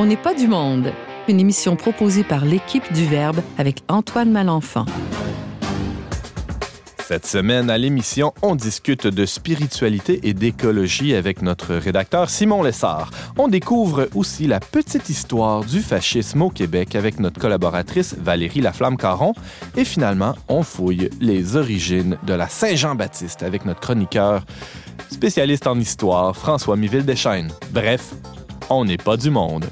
On n'est pas du monde. Une émission proposée par l'équipe du Verbe avec Antoine Malenfant. Cette semaine, à l'émission, on discute de spiritualité et d'écologie avec notre rédacteur Simon Lessard. On découvre aussi la petite histoire du fascisme au Québec avec notre collaboratrice Valérie Laflamme-Caron. Et finalement, on fouille les origines de la Saint-Jean-Baptiste avec notre chroniqueur spécialiste en histoire, François Miville-Deschênes. Bref, on n'est pas du monde.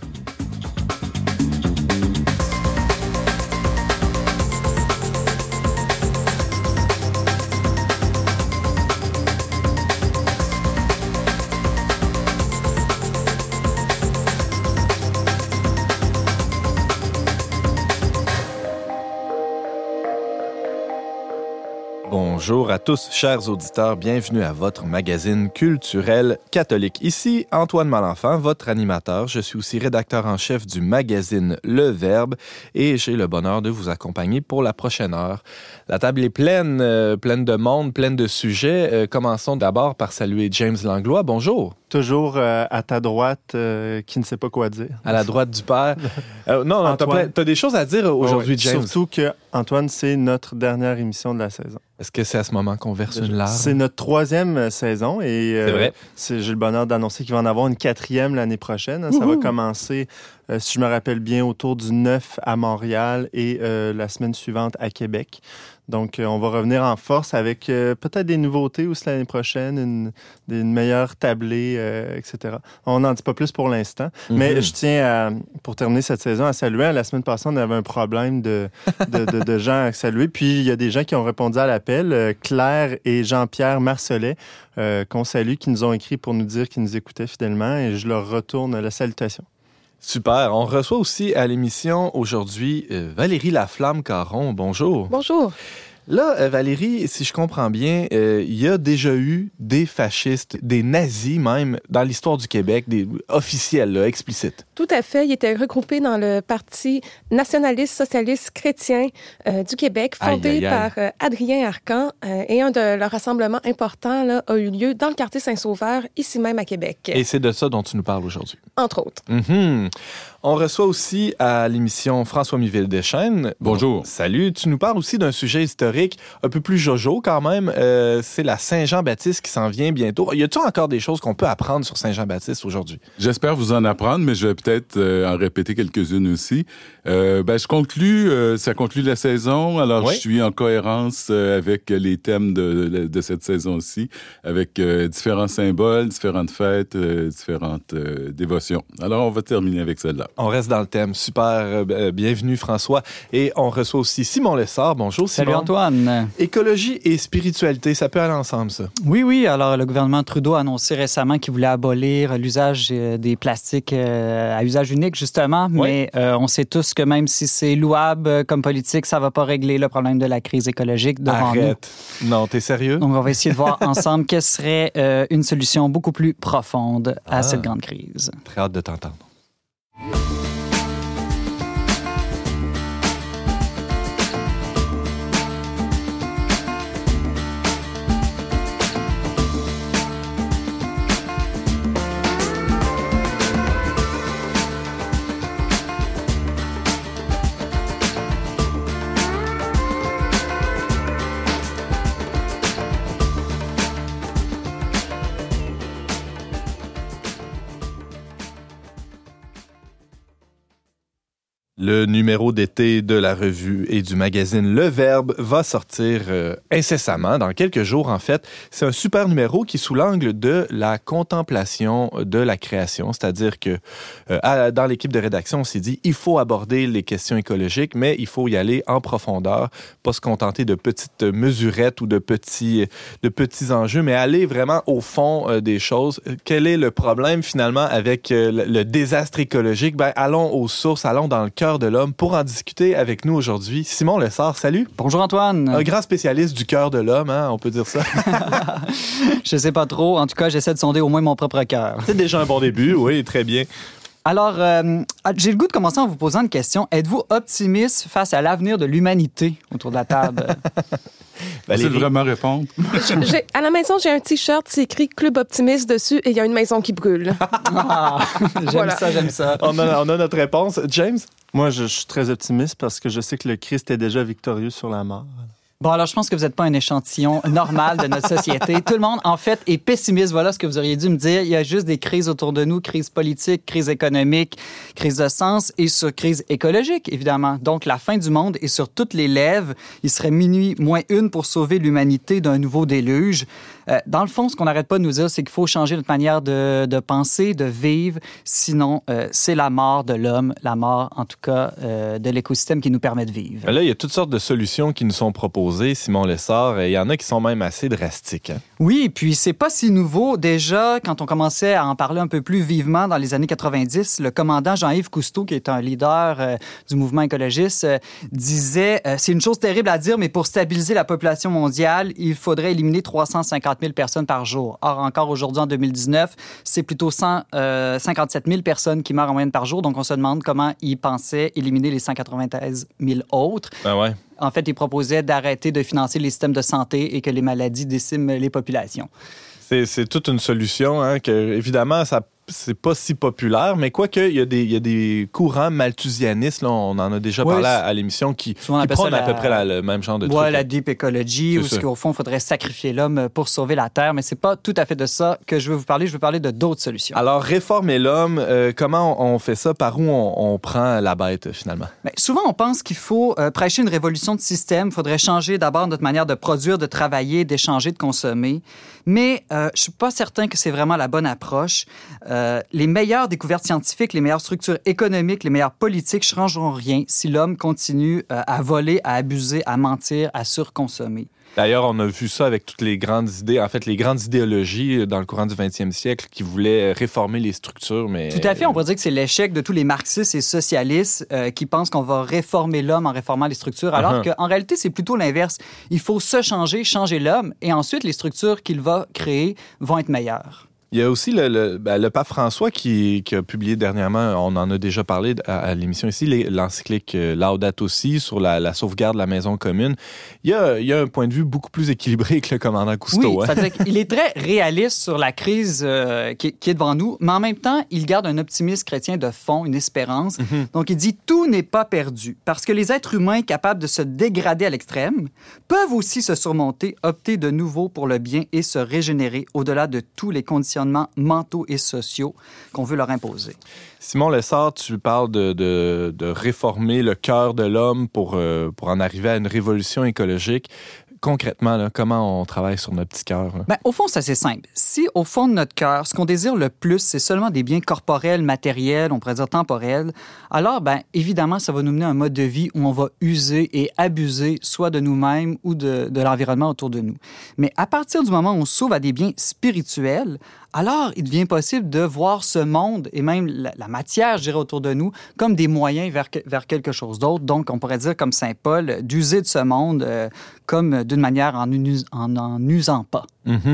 Bonjour à tous, chers auditeurs. Bienvenue à votre magazine culturel catholique. Ici, Antoine Malenfant, votre animateur. Je suis aussi rédacteur en chef du magazine Le Verbe et j'ai le bonheur de vous accompagner pour la prochaine heure. La table est pleine de monde, pleine de sujets. Commençons d'abord par saluer James Langlois. Bonjour. Toujours à ta droite, qui ne sait pas quoi dire. À la droite du père. Non, t'as des choses à dire aujourd'hui, James. Surtout que, Antoine, c'est notre dernière émission de la saison. Est-ce que c'est à ce moment qu'on verse une larme? C'est notre 3e saison et c'est vrai. J'ai le bonheur d'annoncer qu'il va en avoir une 4e l'année prochaine. Ça va commencer, si je me rappelle bien, autour du 9 à Montréal et la semaine suivante à Québec. Donc, on va revenir en force avec peut-être des nouveautés aussi l'année prochaine, une meilleure tablée, etc. On n'en dit pas plus pour l'instant. Mais je tiens, pour terminer cette saison, à saluer. La semaine passée, on avait un problème de gens à saluer. Puis, il y a des gens qui ont répondu à l'appel. Claire et Jean-Pierre Marcelet, qu'on salue, qui nous ont écrit pour nous dire qu'ils nous écoutaient fidèlement. Et je leur retourne la salutation. Super. On reçoit aussi à l'émission aujourd'hui Valérie Laflamme-Caron. Bonjour. Bonjour. Là, Valérie, si je comprends bien, il y a déjà eu des fascistes, des nazis même, dans l'histoire du Québec, des officiels, là, explicites. Tout à fait. Ils étaient regroupés dans le Parti nationaliste socialiste chrétien du Québec, fondé par Adrien Arcan. Et un de leurs rassemblements importants là, a eu lieu dans le quartier Saint-Sauveur, ici même à Québec. Et c'est de ça dont tu nous parles aujourd'hui. Entre autres. On reçoit aussi à l'émission François Miville-Deschênes. Bonjour. Bon, salut. Tu nous parles aussi d'un sujet historique un peu plus jojo quand même. C'est la Saint-Jean-Baptiste qui s'en vient bientôt. Y a-t-il encore des choses qu'on peut apprendre sur Saint-Jean-Baptiste aujourd'hui? J'espère vous en apprendre, mais je vais peut-être en répéter quelques-unes aussi. Je conclue, ça conclut la saison. Alors, Je suis en cohérence avec les thèmes de cette saison-ci, avec différents symboles, différentes fêtes, différentes dévotions. Alors, on va terminer avec celle-là. On reste dans le thème. Super. Bienvenue, François. Et on reçoit aussi Simon Lessard. Bonjour, Simon. Salut, Antoine. Écologie et spiritualité, ça peut aller ensemble, ça? Oui. Alors, le gouvernement Trudeau a annoncé récemment qu'il voulait abolir l'usage des plastiques à usage unique, justement. Mais on sait tous que même si c'est louable comme politique, ça ne va pas régler le problème de la crise écologique devant nous. Arrête. Non, t'es sérieux? Donc, on va essayer de voir ensemble quelle serait une solution beaucoup plus profonde à cette grande crise. Très hâte de t'entendre. Le numéro d'été de la revue et du magazine Le Verbe va sortir incessamment, dans quelques jours en fait. C'est un super numéro qui est sous l'angle de la contemplation de la création, c'est-à-dire que dans l'équipe de rédaction, on s'est dit il faut aborder les questions écologiques, mais il faut y aller en profondeur, pas se contenter de petites mesurettes ou de petits enjeux, mais aller vraiment au fond des choses. Quel est le problème finalement avec le désastre écologique? Ben, allons aux sources, allons dans le cœur de l'homme pour en discuter avec nous aujourd'hui. Simon Lessard, salut. Bonjour Antoine. Un grand spécialiste du cœur de l'homme, hein, on peut dire ça. Je sais pas trop. En tout cas, j'essaie de sonder au moins mon propre cœur. C'est déjà un bon début, oui, très bien. Alors, j'ai le goût de commencer en vous posant une question. Êtes-vous optimiste face à l'avenir de l'humanité autour de la table? Vous vraiment répondre? À la maison, j'ai un T-shirt, c'est écrit Club Optimiste dessus et il y a une maison qui brûle. J'aime ça. On a notre réponse. James? Moi, je suis très optimiste parce que je sais que le Christ est déjà victorieux sur la mort. Bon, alors je pense que vous n'êtes pas un échantillon normal de notre société. Tout le monde, en fait, est pessimiste. Voilà ce que vous auriez dû me dire. Il y a juste des crises autour de nous, crise politique, crise économique, crise de sens et crise écologique, évidemment. Donc, la fin du monde est sur toutes les lèvres. Il serait minuit moins une pour sauver l'humanité d'un nouveau déluge. Dans le fond, ce qu'on n'arrête pas de nous dire, c'est qu'il faut changer notre manière de penser, de vivre. Sinon, c'est la mort de l'homme, la mort, en tout cas, de l'écosystème qui nous permet de vivre. Là, il y a toutes sortes de solutions qui nous sont proposées, Simon Lessard. Il y en a qui sont même assez drastiques. Hein? Oui, puis c'est pas si nouveau. Déjà, quand on commençait à en parler un peu plus vivement dans les années 90, le commandant Jean-Yves Cousteau, qui est un leader du mouvement écologiste, disait « C'est une chose terrible à dire, mais pour stabiliser la population mondiale, il faudrait éliminer 350 000 personnes par jour. » Or, encore aujourd'hui, en 2019, c'est plutôt 157 000 personnes qui meurent en moyenne par jour. Donc, on se demande comment il pensait éliminer les 193 000 autres. Ben ouais. En fait, il proposait d'arrêter de financer les systèmes de santé et que les maladies déciment les populations. C'est toute une solution, hein, que, évidemment, c'est pas si populaire, mais quoique, il y a des courants malthusianistes, là, on en a déjà parlé à l'émission, qui prônent à peu près le même genre de truc. Oui, la deep ecology, où au fond, il faudrait sacrifier l'homme pour sauver la Terre, mais c'est pas tout à fait de ça que je veux vous parler. Je veux parler de d'autres solutions. Alors, réformer l'homme, comment on fait ça? Par où on prend la bête, finalement? Bien, souvent, on pense qu'il faut prêcher une révolution de système. Il faudrait changer d'abord notre manière de produire, de travailler, d'échanger, de consommer. Mais je suis pas certain que c'est vraiment la bonne approche. Les meilleures découvertes scientifiques, les meilleures structures économiques, les meilleures politiques ne changeront rien si l'homme continue à voler, à abuser, à mentir, à surconsommer. D'ailleurs, on a vu ça avec toutes les grandes idées, en fait, les grandes idéologies dans le courant du 20e siècle qui voulaient réformer les structures, mais... Tout à fait. On pourrait dire que c'est l'échec de tous les marxistes et socialistes qui pensent qu'on va réformer l'homme en réformant les structures, alors qu'en réalité, c'est plutôt l'inverse. Il faut se changer l'homme, et ensuite, les structures qu'il va créer vont être meilleures. Il y a aussi le pape François qui a publié dernièrement, on en a déjà parlé à l'émission ici, l'encyclique Laudato Si sur la sauvegarde de la maison commune. Il y a un point de vue beaucoup plus équilibré que le commandant Cousteau. Oui, c'est-à-dire qu'il est très réaliste sur la crise qui est devant nous, mais en même temps, il garde un optimisme chrétien de fond, une espérance. Donc, il dit « Tout n'est pas perdu » parce que les êtres humains capables de se dégrader à l'extrême peuvent aussi se surmonter, opter de nouveau pour le bien et se régénérer au-delà de tous les conditions mentaux et sociaux qu'on veut leur imposer. Simon Lessard, tu parles de réformer le cœur de l'homme pour en arriver à une révolution écologique. Concrètement, là, comment on travaille sur notre petit cœur? Bien, au fond, c'est assez simple. Si, au fond de notre cœur, ce qu'on désire le plus, c'est seulement des biens corporels, matériels, on pourrait dire temporels, alors, bien, évidemment, ça va nous mener à un mode de vie où on va user et abuser soit de nous-mêmes ou de l'environnement autour de nous. Mais à partir du moment où on s'ouvre à des biens spirituels, alors il devient possible de voir ce monde et même la matière, je dirais, autour de nous comme des moyens vers quelque chose d'autre. Donc, on pourrait dire, comme saint Paul, d'user de ce monde comme d'une manière en usant pas.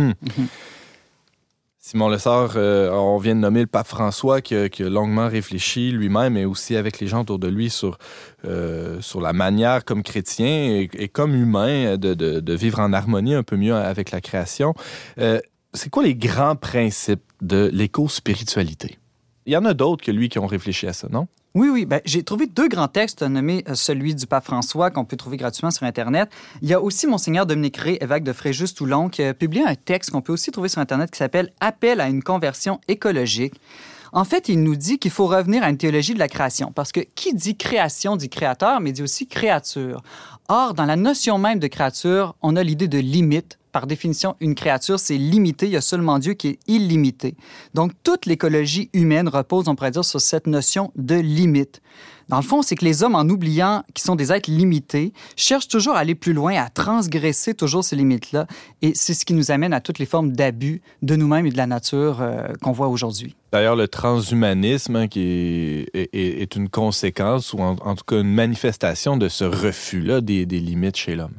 Simon Lessard, on vient de nommer le pape François qui a longuement réfléchi lui-même et aussi avec les gens autour de lui sur la manière comme chrétien et comme humain de vivre en harmonie un peu mieux avec la création. C'est quoi les grands principes de l'éco-spiritualité? Il y en a d'autres que lui qui ont réfléchi à ça, non? Oui. Ben, j'ai trouvé 2 grands textes, nommé celui du pape François, qu'on peut trouver gratuitement sur Internet. Il y a aussi Monseigneur Dominique Rey, évêque de Fréjus-Toulon, qui a publié un texte qu'on peut aussi trouver sur Internet qui s'appelle « Appel à une conversion écologique ». En fait, il nous dit qu'il faut revenir à une théologie de la création, parce que qui dit création dit créateur, mais dit aussi créature. Or, dans la notion même de créature, on a l'idée de limite. Par définition, une créature, c'est limité. Il y a seulement Dieu qui est illimité. Donc, toute l'écologie humaine repose, on pourrait dire, sur cette notion de limite. Dans le fond, c'est que les hommes, en oubliant qu'ils sont des êtres limités, cherchent toujours à aller plus loin, à transgresser toujours ces limites-là. Et c'est ce qui nous amène à toutes les formes d'abus de nous-mêmes et de la nature qu'on voit aujourd'hui. D'ailleurs, le transhumanisme qui est une conséquence ou en tout cas une manifestation de ce refus-là des limites chez l'homme.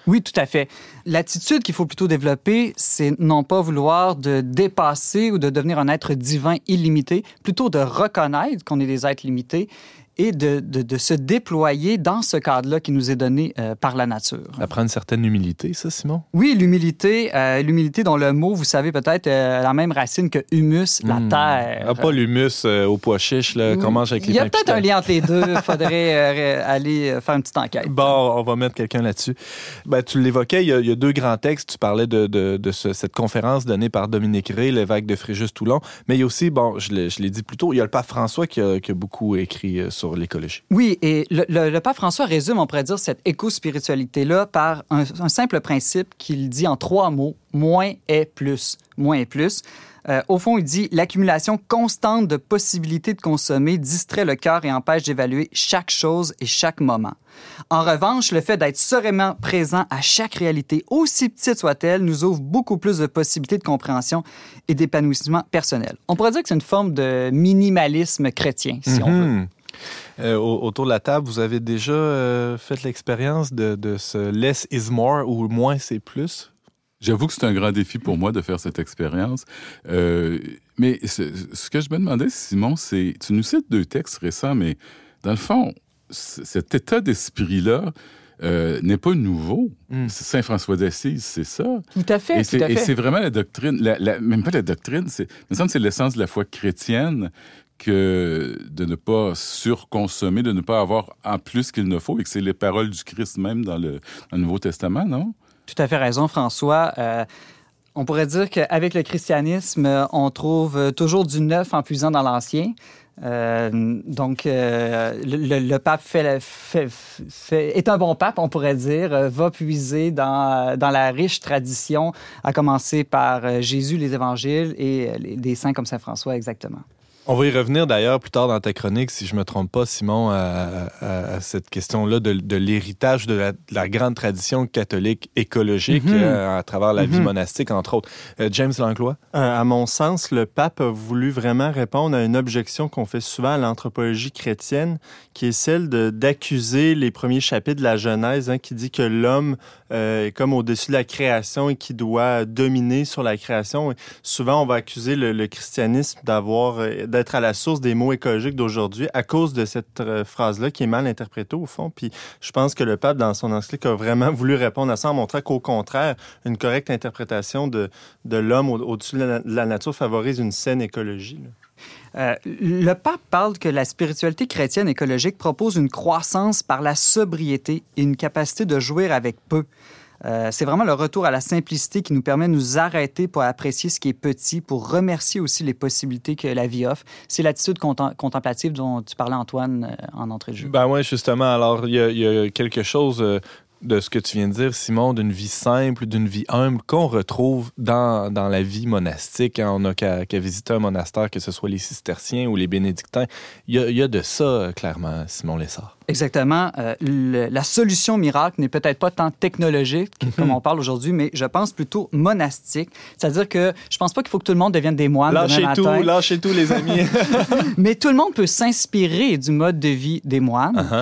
Oui, tout à fait. L'attitude qu'il faut plutôt développer, c'est non pas vouloir de dépasser ou de devenir un être divin illimité, plutôt de reconnaître qu'on est des êtres limités et de se déployer dans ce cadre-là qui nous est donné par la nature. Ça prend une certaine humilité, ça, Simon? Oui, l'humilité dont le mot, vous savez peut-être, la même racine que humus, la terre. Ah, pas l'humus au pois chiche qu'on mange avec les pains. Il y a peut-être un lien entre les deux. Il faudrait aller faire une petite enquête. Bon, on va mettre quelqu'un là-dessus. Ben, tu l'évoquais, il y a deux grands textes. Tu parlais de cette conférence donnée par Dominique Rey, l'évêque de Fréjus-Toulon. Mais il y a aussi, bon, je l'ai dit plus tôt, il y a le pape François qui a beaucoup écrit sur l'écologie. Oui, et le pape François résume, on pourrait dire, cette éco-spiritualité-là par un simple principe qu'il dit en 3 mots, moins est plus. Moins est plus. Au fond, il dit « L'accumulation constante de possibilités de consommer distrait le cœur et empêche d'évaluer chaque chose et chaque moment. En revanche, le fait d'être sereinement présent à chaque réalité, aussi petite soit-elle, nous ouvre beaucoup plus de possibilités de compréhension et d'épanouissement personnel. » On pourrait dire que c'est une forme de minimalisme chrétien, si on veut. Autour de la table, vous avez déjà fait l'expérience de ce « less is more » ou « moins c'est plus ». J'avoue que c'est un grand défi pour moi de faire cette expérience. Mais ce que je me demandais, Simon, c'est... Tu nous cites 2 textes récents, mais dans le fond, cet état d'esprit-là n'est pas nouveau. Saint François d'Assise, c'est ça. Tout à fait, tout à fait. Et c'est vraiment la doctrine, même pas la doctrine, il me semble que c'est l'essence de la foi chrétienne que de ne pas surconsommer, de ne pas avoir en plus qu'il ne faut, et que c'est les paroles du Christ même dans le Nouveau Testament, non? Tout à fait raison, François. On pourrait dire qu'avec le christianisme, on trouve toujours du neuf en puisant dans l'ancien. Donc, le pape est un bon pape, on pourrait dire, va puiser dans la riche tradition, à commencer par Jésus, les évangiles et des saints comme Saint François, exactement. On va y revenir d'ailleurs plus tard dans ta chronique, si je ne me trompe pas, Simon, à cette question-là de l'héritage de la grande tradition catholique écologique à travers la vie monastique, entre autres. James Langlois? À mon sens, le pape a voulu vraiment répondre à une objection qu'on fait souvent à l'anthropologie chrétienne, qui est celle d'accuser les premiers chapitres de la Genèse, qui dit que l'homme est comme au-dessus de la création et qui doit dominer sur la création. Et souvent, on va accuser le christianisme d'être à la source des mots écologiques d'aujourd'hui à cause de cette phrase-là qui est mal interprétée au fond. Puis je pense que le pape, dans son encyclique, a vraiment voulu répondre à ça en montrant qu'au contraire, une correcte interprétation de l'homme au-dessus de la nature favorise une saine écologie. Le pape parle que la spiritualité chrétienne écologique propose une croissance par la sobriété et une capacité de jouir avec peu. C'est vraiment le retour à la simplicité qui nous permet de nous arrêter pour apprécier ce qui est petit, pour remercier aussi les possibilités que la vie offre. C'est l'attitude contemplative dont tu parlais, Antoine, en entrée de jeu. Ben oui, justement. Alors, il y a quelque chose de ce que tu viens de dire, Simon, d'une vie simple, d'une vie humble qu'on retrouve dans la vie monastique. On n'a qu'à visiter un monastère, que ce soit les cisterciens ou les bénédictins. Il y a de ça, clairement, Simon Lessard. Exactement. La solution miracle n'est peut-être pas tant technologique, comme on parle aujourd'hui, mais je pense plutôt monastique. C'est-à-dire que je pense pas qu'il faut que tout le monde devienne des moines demain matin. Lâchez tout, les amis. Mais tout le monde peut s'inspirer du mode de vie des moines,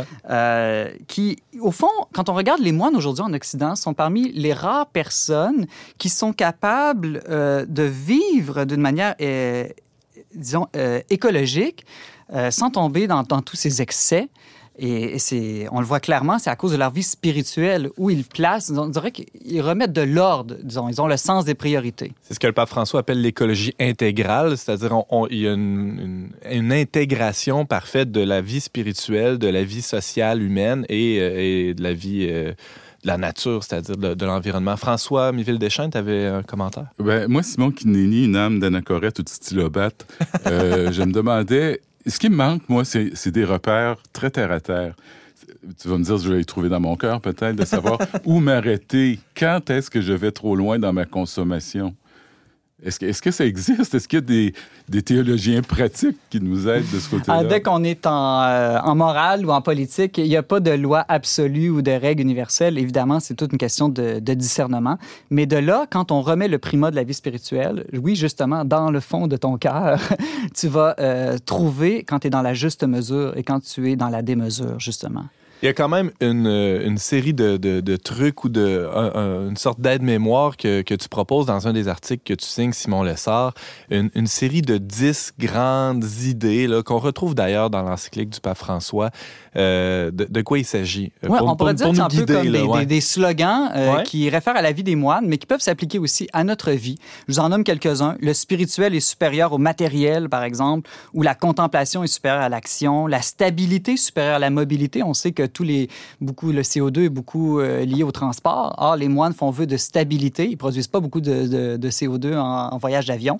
qui, au fond, quand on regarde les moines aujourd'hui en Occident, sont parmi les rares personnes qui sont capables de vivre d'une manière, disons, écologique, sans tomber dans tous ces excès. Et on le voit clairement, c'est à cause de leur vie spirituelle où ils placent, on dirait qu'ils remettent de l'ordre, disons, ils ont le sens des priorités. C'est ce que le pape François appelle l'écologie intégrale, c'est-à-dire il y a une intégration parfaite de la vie spirituelle, de la vie sociale humaine et de la vie de la nature, c'est-à-dire de l'environnement. François Miville-Deschênes, tu avais un commentaire? Ben, moi, Simon, qui n'est ni une âme d'anachorète ou de stylobate, je me demandais... Ce qui me manque, moi, c'est des repères très terre-à-terre. Tu vas me dire, je vais les trouver dans mon cœur, peut-être, de savoir où m'arrêter, quand est-ce que je vais trop loin dans ma consommation. Est-ce que ça existe? Est-ce qu'il y a des théologiens pratiques qui nous aident de ce côté-là? Dès qu'on est en morale ou en politique, il n'y a pas de loi absolue ou de règle universelle. Évidemment, c'est toute une question de discernement. Mais de là, quand on remet le primat de la vie spirituelle, oui, justement, dans le fond de ton cœur, tu vas trouver quand tu es dans la juste mesure et quand tu es dans la démesure, justement. Il y a quand même une série de trucs ou une sorte d'aide-mémoire que tu proposes dans un des articles que tu signes, Simon Lessard. Une série de 10 grandes idées là, qu'on retrouve d'ailleurs dans l'encyclique du pape François. De quoi il s'agit? On pourrait dire que c'est un peu comme des slogans Ouais. qui réfèrent à la vie des moines, mais qui peuvent s'appliquer aussi à notre vie. Je vous en nomme quelques-uns. Le spirituel est supérieur au matériel, par exemple, ou la contemplation est supérieure à l'action. La stabilité est supérieure à la mobilité. On sait que le CO2 est beaucoup lié au transport. Or, les moines font vœu de stabilité. Ils produisent pas beaucoup de CO2 en voyage d'avion.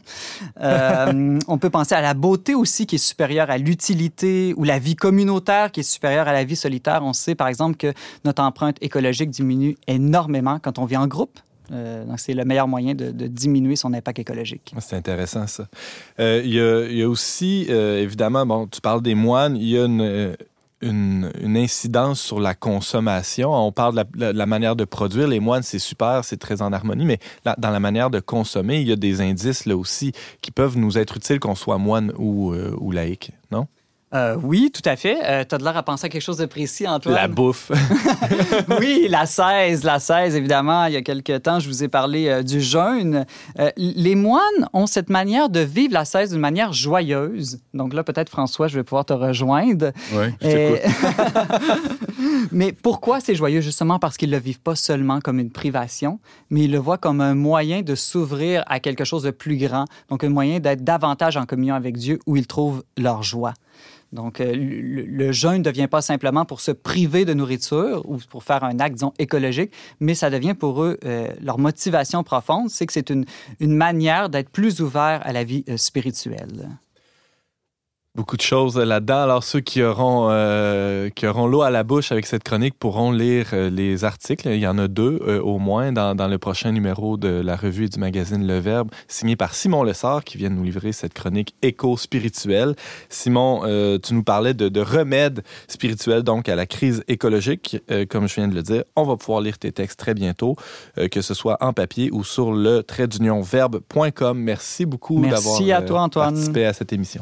On peut penser à la beauté aussi, qui est supérieure à l'utilité, ou la vie communautaire, qui est supérieure à la vie solitaire. On sait, par exemple, que notre empreinte écologique diminue énormément quand on vit en groupe. Donc, c'est le meilleur moyen de diminuer son impact écologique. C'est intéressant, ça. Il y a aussi, évidemment, bon, tu parles des moines, il y a une incidence sur la consommation. On parle de la manière de produire. Les moines, c'est super, c'est très en harmonie, mais dans la manière de consommer, il y a des indices là aussi qui peuvent nous être utiles, qu'on soit moine ou laïque, non? Oui, tout à fait. Tu as de l'air à penser à quelque chose de précis, Antoine. La bouffe. Oui, la 16, évidemment. Il y a quelque temps, je vous ai parlé du jeûne. Les moines ont cette manière de vivre la 16 d'une manière joyeuse. Donc là, peut-être, François, je vais pouvoir te rejoindre. Oui, je t'écoute. Mais pourquoi c'est joyeux? Justement parce qu'ils ne le vivent pas seulement comme une privation, mais ils le voient comme un moyen de s'ouvrir à quelque chose de plus grand. Donc, un moyen d'être davantage en communion avec Dieu où ils trouvent leur joie. Donc, le jeûne ne devient pas simplement pour se priver de nourriture ou pour faire un acte, disons, écologique, mais ça devient pour eux, leur motivation profonde, c'est que c'est une manière d'être plus ouvert à la vie spirituelle. Beaucoup de choses là-dedans. Alors, ceux qui auront l'eau à la bouche avec cette chronique pourront lire les articles. Il y en a 2 au moins dans le prochain numéro de la revue et du magazine Le Verbe, signé par Simon Lessard, qui vient de nous livrer cette chronique éco-spirituelle. Simon, tu nous parlais de remèdes spirituels donc à la crise écologique. Comme je viens de le dire, on va pouvoir lire tes textes très bientôt, que ce soit en papier ou sur le _verbe.com. Merci beaucoup d'avoir à toi, Antoine. Participé à cette émission.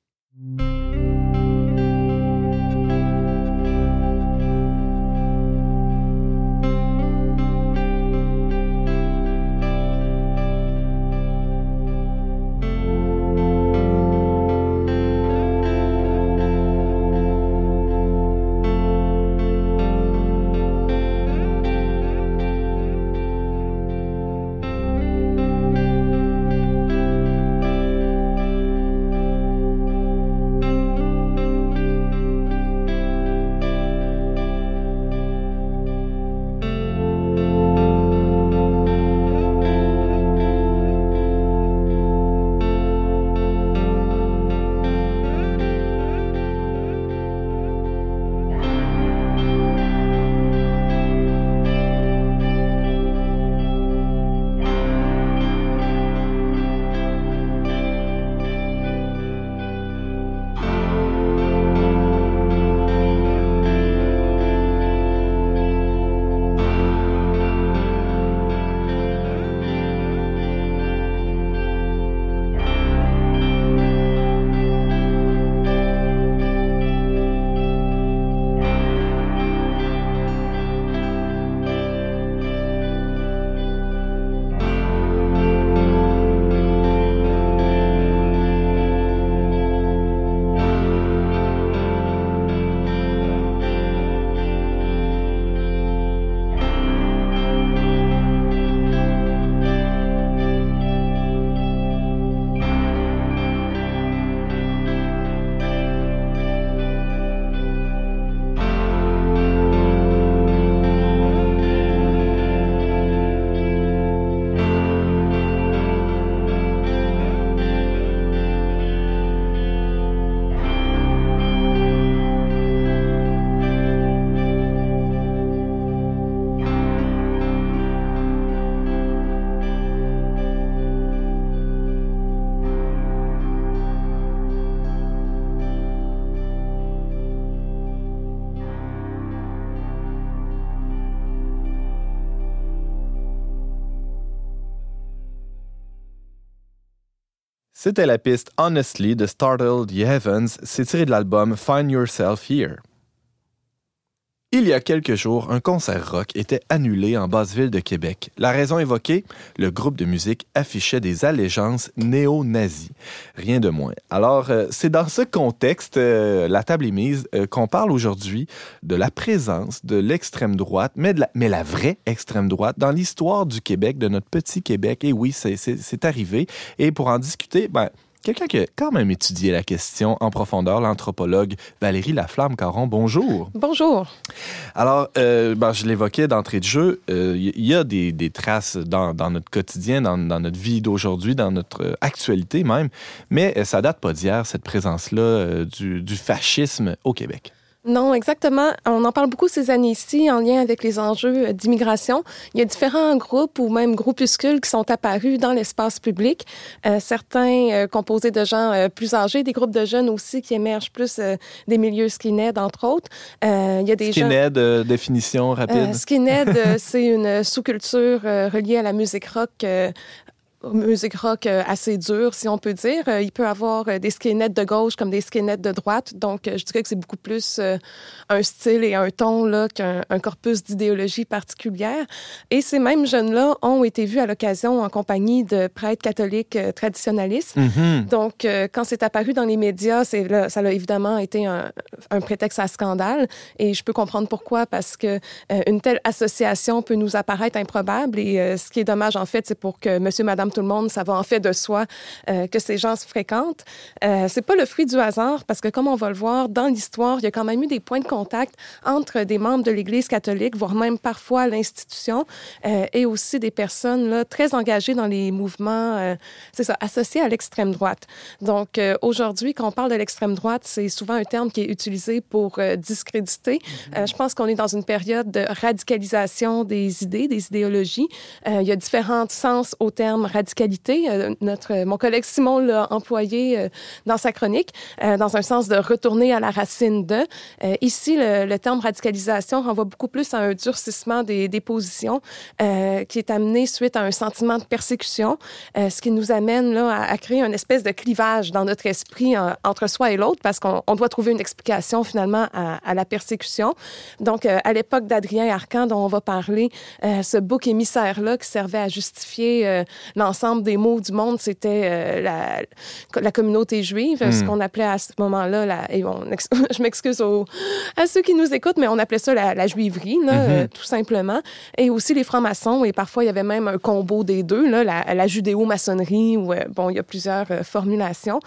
C'était la piste Honestly de Startled the Heavens. C'est tiré de l'album Find Yourself Here. Il y a quelques jours, un concert rock était annulé en Basse-Ville de Québec. La raison évoquée, le groupe de musique affichait des allégeances néo-nazies. Rien de moins. Alors, c'est dans ce contexte, la table est mise, qu'on parle aujourd'hui de la présence de l'extrême droite, mais la vraie extrême droite, dans l'histoire du Québec, de notre petit Québec. Et oui, c'est arrivé. Et pour en discuter, quelqu'un qui a quand même étudié la question en profondeur, l'anthropologue Valérie Laflamme-Caron. Bonjour. Bonjour. Alors, je l'évoquais d'entrée de jeu, il y a des traces dans notre quotidien, dans notre vie d'aujourd'hui, dans notre actualité même, mais ça date pas d'hier, cette présence-là du fascisme au Québec. Non, exactement. On en parle beaucoup ces années-ci en lien avec les enjeux d'immigration. Il y a différents groupes ou même groupuscules qui sont apparus dans l'espace public. Certains composés de gens plus âgés, des groupes de jeunes aussi qui émergent plus des milieux skinhead, entre autres. Il y a des skinhead, définition rapide. Skinhead, c'est une sous-culture reliée à la musique rock assez dure, si on peut dire. Il peut y avoir des skinheads de gauche comme des skinheads de droite. Donc, je dirais que c'est beaucoup plus un style et un ton là, qu'un corpus d'idéologie particulière. Et ces mêmes jeunes-là ont été vus à l'occasion en compagnie de prêtres catholiques traditionnalistes. Mm-hmm. Donc, quand c'est apparu dans les médias, ça a évidemment été un prétexte à scandale. Et je peux comprendre pourquoi, parce que une telle association peut nous apparaître improbable. Et ce qui est dommage, en fait, c'est pour que monsieur, madame, tout le monde, ça va en fait de soi que ces gens se fréquentent. C'est pas le fruit du hasard parce que, comme on va le voir, dans l'histoire, il y a quand même eu des points de contact entre des membres de l'Église catholique, voire même parfois l'institution, et aussi des personnes là, très engagées dans les mouvements, associés à l'extrême droite. Donc, aujourd'hui, quand on parle de l'extrême droite, c'est souvent un terme qui est utilisé pour discréditer. Je pense qu'on est dans une période de radicalisation des idées, des idéologies. Il y a différents sens au terme radicalité. Mon collègue Simon l'a employé dans sa chronique, dans un sens de retourner à la racine de. Ici, le terme radicalisation renvoie beaucoup plus à un durcissement des positions qui est amené suite à un sentiment de persécution, ce qui nous amène là, à créer une espèce de clivage dans notre esprit entre soi et l'autre parce qu'on doit trouver une explication finalement à la persécution. Donc, à l'époque d'Adrien Arcan, dont on va parler, ce bouc émissaire-là qui servait à justifier l'ensemble des maux du monde, c'était la communauté juive, ce qu'on appelait à ce moment-là, je m'excuse à ceux qui nous écoutent, mais on appelait ça la juiverie, là, tout simplement. Et aussi les francs-maçons, et parfois il y avait même un combo des deux, là, la judéo-maçonnerie, où il y a plusieurs formulations.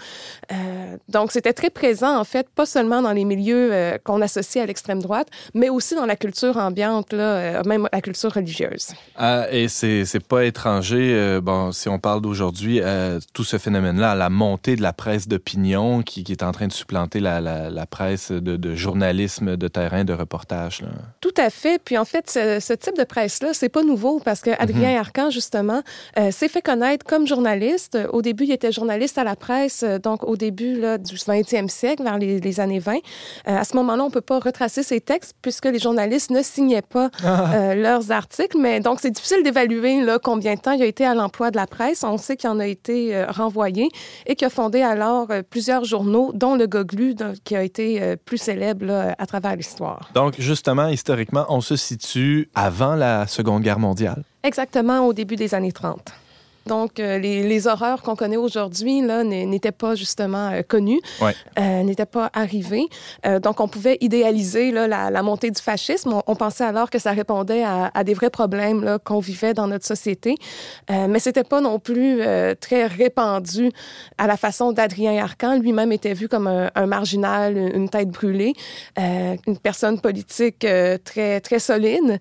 Donc c'était très présent, en fait, pas seulement dans les milieux qu'on associe à l'extrême droite, mais aussi dans la culture ambiante, là, même la culture religieuse. Et c'est pas étranger, si on parle d'aujourd'hui, tout ce phénomène-là, la montée de la presse d'opinion qui est en train de supplanter la presse de journalisme de terrain, de reportage. Là. Tout à fait. Puis en fait, ce type de presse-là, c'est pas nouveau parce que Adrien Arcan, justement, s'est fait connaître comme journaliste. Au début, il était journaliste à la presse, donc au début là, du 20e siècle, vers les années 20. À ce moment-là, on peut pas retracer ses textes puisque les journalistes ne signaient pas leurs articles. Mais donc, c'est difficile d'évaluer là, combien de temps il a été à l'emploi de la presse. On sait qu'il en a été renvoyé et qu'il a fondé alors plusieurs journaux, dont le Goglu, qui a été plus célèbre là, à travers l'histoire. Donc, justement, historiquement, on se situe avant la Seconde Guerre mondiale? Exactement, au début des années 30. Donc, les horreurs qu'on connaît aujourd'hui là, n'étaient pas justement connues, n'étaient pas arrivées. Donc, on pouvait idéaliser là, la montée du fascisme. On pensait alors que ça répondait à des vrais problèmes là, qu'on vivait dans notre société. Mais c'était pas non plus très répandu à la façon d'Adrien Arcan. Lui-même était vu comme un marginal, une tête brûlée, une personne politique très, très solide.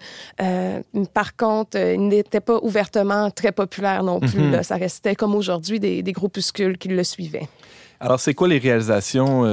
Par contre, il n'était pas ouvertement très populaire non plus. Là, ça restait comme aujourd'hui des groupuscules qui le suivaient. Alors, c'est quoi les réalisations?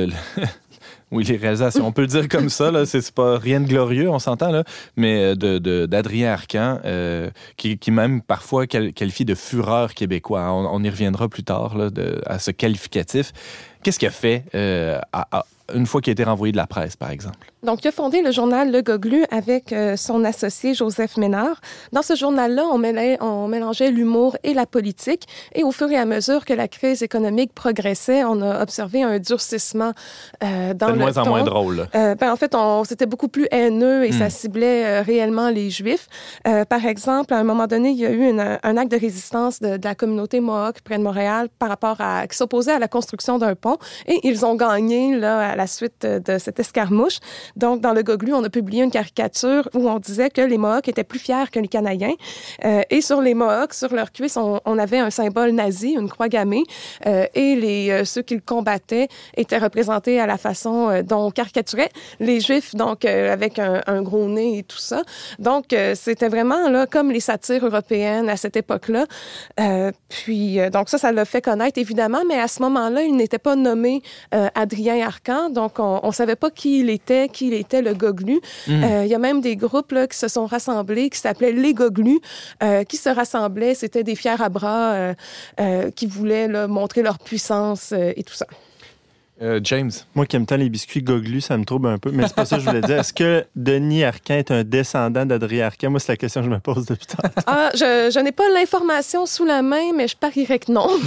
Oui, les réalisations, on peut le dire comme ça, là, c'est pas rien de glorieux, on s'entend, là, mais d'Adrien Arcan, qui même parfois qualifie de fureur québécois. On y reviendra plus tard là, à ce qualificatif. Qu'est-ce qu'il a fait une fois qu'il a été renvoyé de la presse, par exemple? Donc, il a fondé le journal Le Goglu avec son associé Joseph Ménard. Dans ce journal-là, on mélangeait l'humour et la politique. Et au fur et à mesure que la crise économique progressait, on a observé un durcissement dans le ton. C'est de moins en moins drôle. En fait, c'était beaucoup plus haineux et ça ciblait réellement les Juifs. Par exemple, à un moment donné, il y a eu un acte de résistance de la communauté Mohawk près de Montréal qui s'opposait à la construction d'un pont. Et ils ont gagné là, à la suite de cette escarmouche. Donc, dans Le Goglu, on a publié une caricature où on disait que les Mohawks étaient plus fiers que les Canadiens. Et sur les Mohawks, sur leur cuisse, on avait un symbole nazi, une croix gammée. Et ceux qui le combattaient étaient représentés à la façon dont on caricaturait les Juifs, donc avec un gros nez et tout ça. Donc, c'était vraiment là comme les satires européennes à cette époque-là. Donc ça l'a fait connaître, évidemment, mais à ce moment-là, il n'était pas nommé Adrien Arcan. Donc, on ne savait pas qui il était le Goglu. Il y a même des groupes là, qui se sont rassemblés, qui s'appelaient les Goglus, qui se rassemblaient. C'était des fiers à bras qui voulaient là, montrer leur puissance et tout ça. James? Moi qui aime tant les biscuits Goglu, ça me trouble un peu, mais c'est pas ça que je voulais dire. Est-ce que Denis Arcan est un descendant d'Adrien Arcan? Moi, c'est la question que je me pose depuis tantôt. Je n'ai pas l'information sous la main, mais je parierais que non.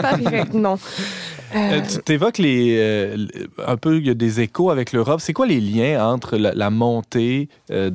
Tu évoques un peu, il y a des échos avec l'Europe. C'est quoi les liens entre la montée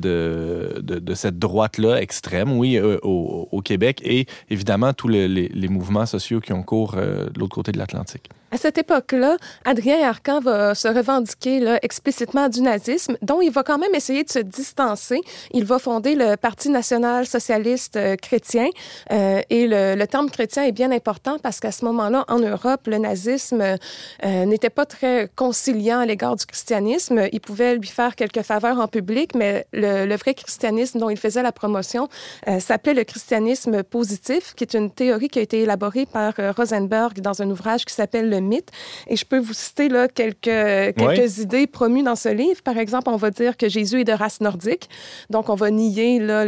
de cette droite-là extrême, oui, au Québec, et évidemment tous les mouvements sociaux qui ont cours de l'autre côté de l'Atlantique? À cette époque-là, Adrien Arcan va se revendiquer là, explicitement du nazisme, dont il va quand même essayer de se distancer. Il va fonder le Parti national-socialiste chrétien. Et le terme chrétien est bien important parce qu'à ce moment-là, en Europe, le nazisme n'était pas très conciliant à l'égard du christianisme. Il pouvait lui faire quelques faveurs en public, mais le vrai christianisme dont il faisait la promotion s'appelait le christianisme positif, qui est une théorie qui a été élaborée par Rosenberg dans un ouvrage qui s'appelle Le Mythe. Et je peux vous citer là, quelques idées promues dans ce livre. Par exemple, on va dire que Jésus est de race nordique. Donc, on va nier là,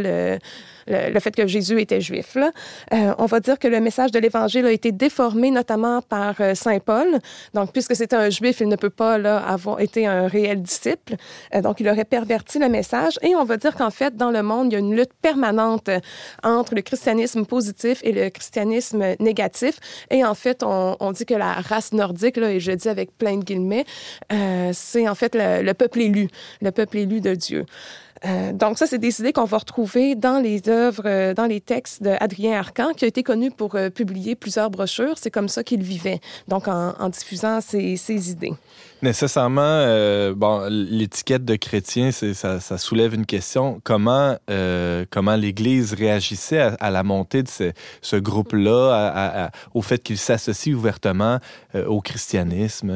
le fait que Jésus était juif. Là. On va dire que le message de l'Évangile a été déformé notamment par Saint Paul. Donc, puisque c'était un juif, il ne peut pas là, avoir été un réel disciple. Donc, il aurait perverti le message. Et on va dire qu'en fait, dans le monde, il y a une lutte permanente entre le christianisme positif et le christianisme négatif. Et en fait, on dit que la race nordique, là, et je le dis avec plein de guillemets, c'est en fait le peuple élu de Dieu. Donc ça, c'est des idées qu'on va retrouver dans les œuvres, dans les textes d'Adrien Arcan, qui a été connu pour publier plusieurs brochures. C'est comme ça qu'il vivait, donc en diffusant ses idées. Nécessairement, l'étiquette de chrétien, ça soulève une question. Comment l'Église réagissait à la montée de ce groupe-là, au fait qu'il s'associe ouvertement au christianisme?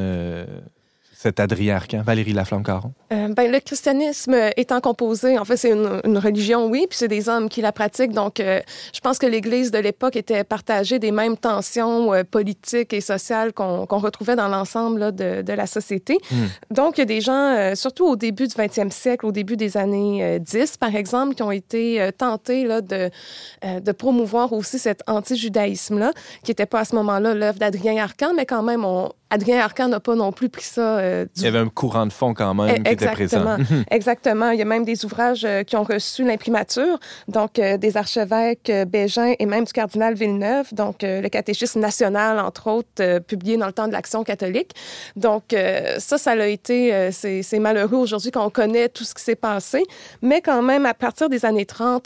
Cet Adrien Arcan, Valérie Laflamme-Caron? Le christianisme étant composé, en fait, c'est une religion, oui, puis c'est des hommes qui la pratiquent. Donc, je pense que l'Église de l'époque était partagée des mêmes tensions politiques et sociales qu'on retrouvait dans l'ensemble là, de la société. Donc, il y a des gens, surtout au début du 20e siècle, au début des années 10, par exemple, qui ont été tentés là, de promouvoir aussi cet anti-judaïsme-là, qui n'était pas à ce moment-là l'œuvre d'Adrien Arcan, mais quand même, Adrien Arcan n'a pas non plus pris ça Il y avait un courant de fond quand même qui était présent. Exactement. Il y a même des ouvrages qui ont reçu l'imprimature, donc des archevêques Bégin et même du cardinal Villeneuve, donc le catéchisme national, entre autres, publié dans le temps de l'Action catholique. Donc ça a été... c'est malheureux aujourd'hui qu'on connaît tout ce qui s'est passé, mais quand même, à partir des années 30,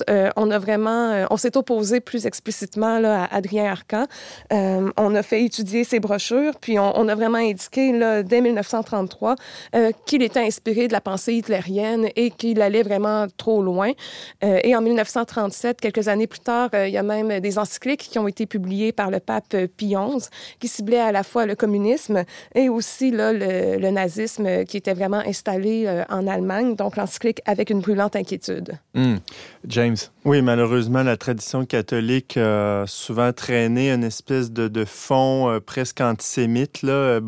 on s'est opposé plus explicitement là, à Adrien Arcan. On a fait étudier ses brochures, puis on a vraiment indiqué là, dès 1933 qu'il était inspiré de la pensée hitlérienne et qu'il allait vraiment trop loin. Et en 1937, quelques années plus tard, il y a même des encycliques qui ont été publiées par le pape Pie XI qui ciblaient à la fois le communisme et aussi là, le nazisme qui était vraiment installé en Allemagne, donc l'encyclique Avec une brûlante inquiétude. James? Oui, malheureusement, la tradition catholique a souvent traîné une espèce de fond presque antisémite. Là.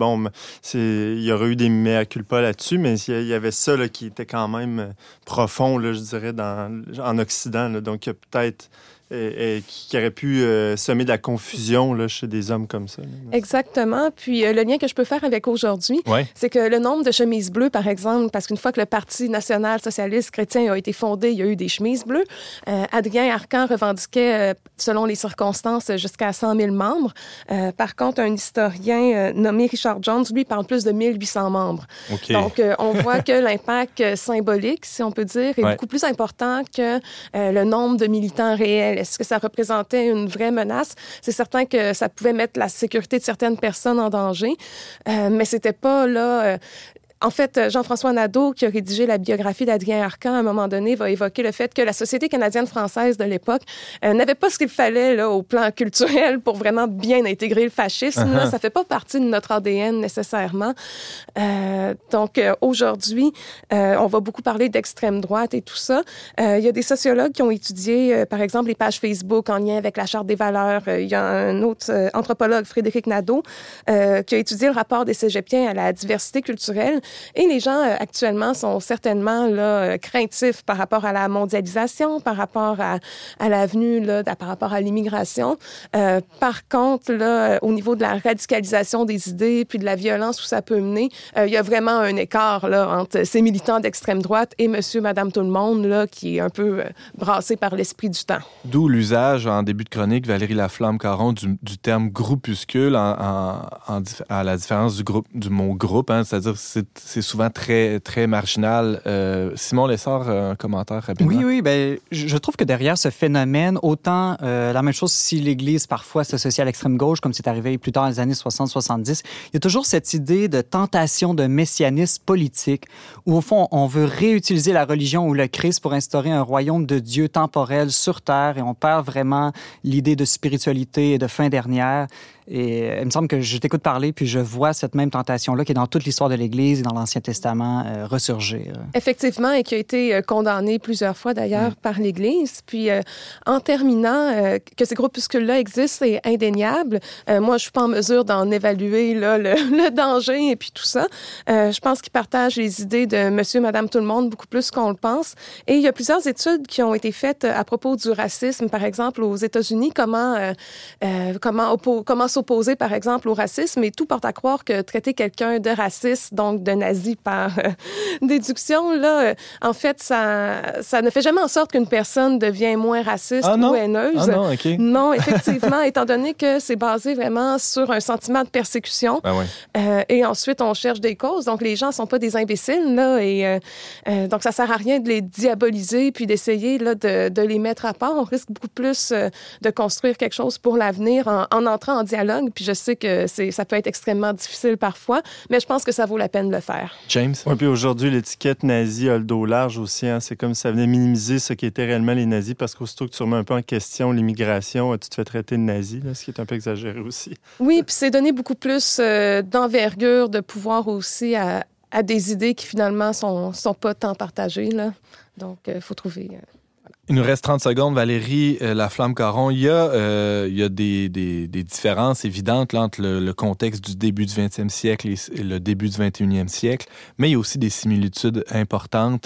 Il y aurait eu des mea culpa là-dessus, mais il y avait ça là, qui était quand même profond, là, je dirais, en Occident. Là. Donc, il y a peut-être qui aurait pu semer de la confusion là, chez des hommes comme ça. Là. Exactement. Puis le lien que je peux faire avec aujourd'hui, c'est que le nombre de chemises bleues, par exemple, parce qu'une fois que le Parti national socialiste chrétien a été fondé, il y a eu des chemises bleues. Adrien Arcan revendiquait, selon les circonstances, jusqu'à 100 000 membres. Par contre, un historien nommé Richard Jones, lui, parle plus de 1800 membres. Okay. Donc, on voit que l'impact symbolique, si on peut dire, est beaucoup plus important que le nombre de militants réels. Est-ce que ça représentait une vraie menace? C'est certain que ça pouvait mettre la sécurité de certaines personnes en danger, mais c'était pas là... En fait, Jean-François Nadeau, qui a rédigé la biographie d'Adrien Arcan, à un moment donné, va évoquer le fait que la Société canadienne-française de l'époque n'avait pas ce qu'il fallait là, au plan culturel pour vraiment bien intégrer le fascisme. Là, ça fait pas partie de notre ADN nécessairement. Donc, aujourd'hui, on va beaucoup parler d'extrême droite et tout ça. Il y a des sociologues qui ont étudié, par exemple, les pages Facebook en lien avec la Charte des valeurs. Il y a un autre anthropologue, Frédéric Nadeau, qui a étudié le rapport des cégepiens à la diversité culturelle. Et les gens, actuellement, sont certainement là, craintifs par rapport à la mondialisation, par rapport à l'avenue, là, par rapport à l'immigration. Par contre, là, au niveau de la radicalisation des idées puis de la violence où ça peut mener, il y a vraiment un écart là, entre ces militants d'extrême droite et monsieur, madame, tout le monde, là, qui est un peu brassé par l'esprit du temps. D'où l'usage, en début de chronique, Valérie Laflamme-Caron, du terme groupuscule à la différence du mot groupe, hein, c'est-à-dire c'est souvent très, très marginal. Simon Lessard, un commentaire rapidement. Oui, ben, je trouve que derrière ce phénomène, autant la même chose si l'Église parfois s'associe à l'extrême gauche, comme c'est arrivé plus tard dans les années 60-70, il y a toujours cette idée de tentation de messianisme politique, où au fond, on veut réutiliser la religion ou le Christ pour instaurer un royaume de Dieu temporel sur Terre, et on perd vraiment l'idée de spiritualité et de fin dernière. Et il me semble que je t'écoute parler, puis je vois cette même tentation-là qui est dans toute l'histoire de l'Église et dans l'Ancien Testament ressurgir. Effectivement, et qui a été condamné plusieurs fois d'ailleurs par l'Église. Puis en terminant, que ces groupuscules-là existent, c'est indéniable. Moi, je suis pas en mesure d'en évaluer là, le danger et puis tout ça. Je pense qu'ils partagent les idées de monsieur, madame, tout le monde beaucoup plus qu'on le pense. Et il y a plusieurs études qui ont été faites à propos du racisme, par exemple aux États-Unis, comment s'opposer, par exemple, au racisme, et tout porte à croire que traiter quelqu'un de raciste, donc de nazi par déduction, là, en fait, ça ne fait jamais en sorte qu'une personne devient moins raciste ou haineuse. Ah non, OK. Non, effectivement, étant donné que c'est basé vraiment sur un sentiment de persécution. Et ensuite, on cherche des causes. Donc, les gens ne sont pas des imbéciles, là, et donc, ça ne sert à rien de les diaboliser puis d'essayer là, de les mettre à part. On risque beaucoup plus de construire quelque chose pour l'avenir en entrant en dialogue. Puis je sais que ça peut être extrêmement difficile parfois, mais je pense que ça vaut la peine de le faire. James? Oui, puis aujourd'hui, l'étiquette nazi a le dos large aussi. Hein. C'est comme si ça venait minimiser ce qui était réellement les nazis, parce qu'aussitôt que tu remets un peu en question l'immigration, tu te fais traiter de nazi, là, ce qui est un peu exagéré aussi. Oui, puis c'est donner beaucoup plus d'envergure, de pouvoir aussi à des idées qui finalement sont pas tant partagées, là. Donc, il faut trouver... Il nous reste 30 secondes, Valérie Laflamme-Caron. Il y a des différences évidentes là, entre le contexte du début du 20e siècle et le début du 21e siècle, mais il y a aussi des similitudes importantes.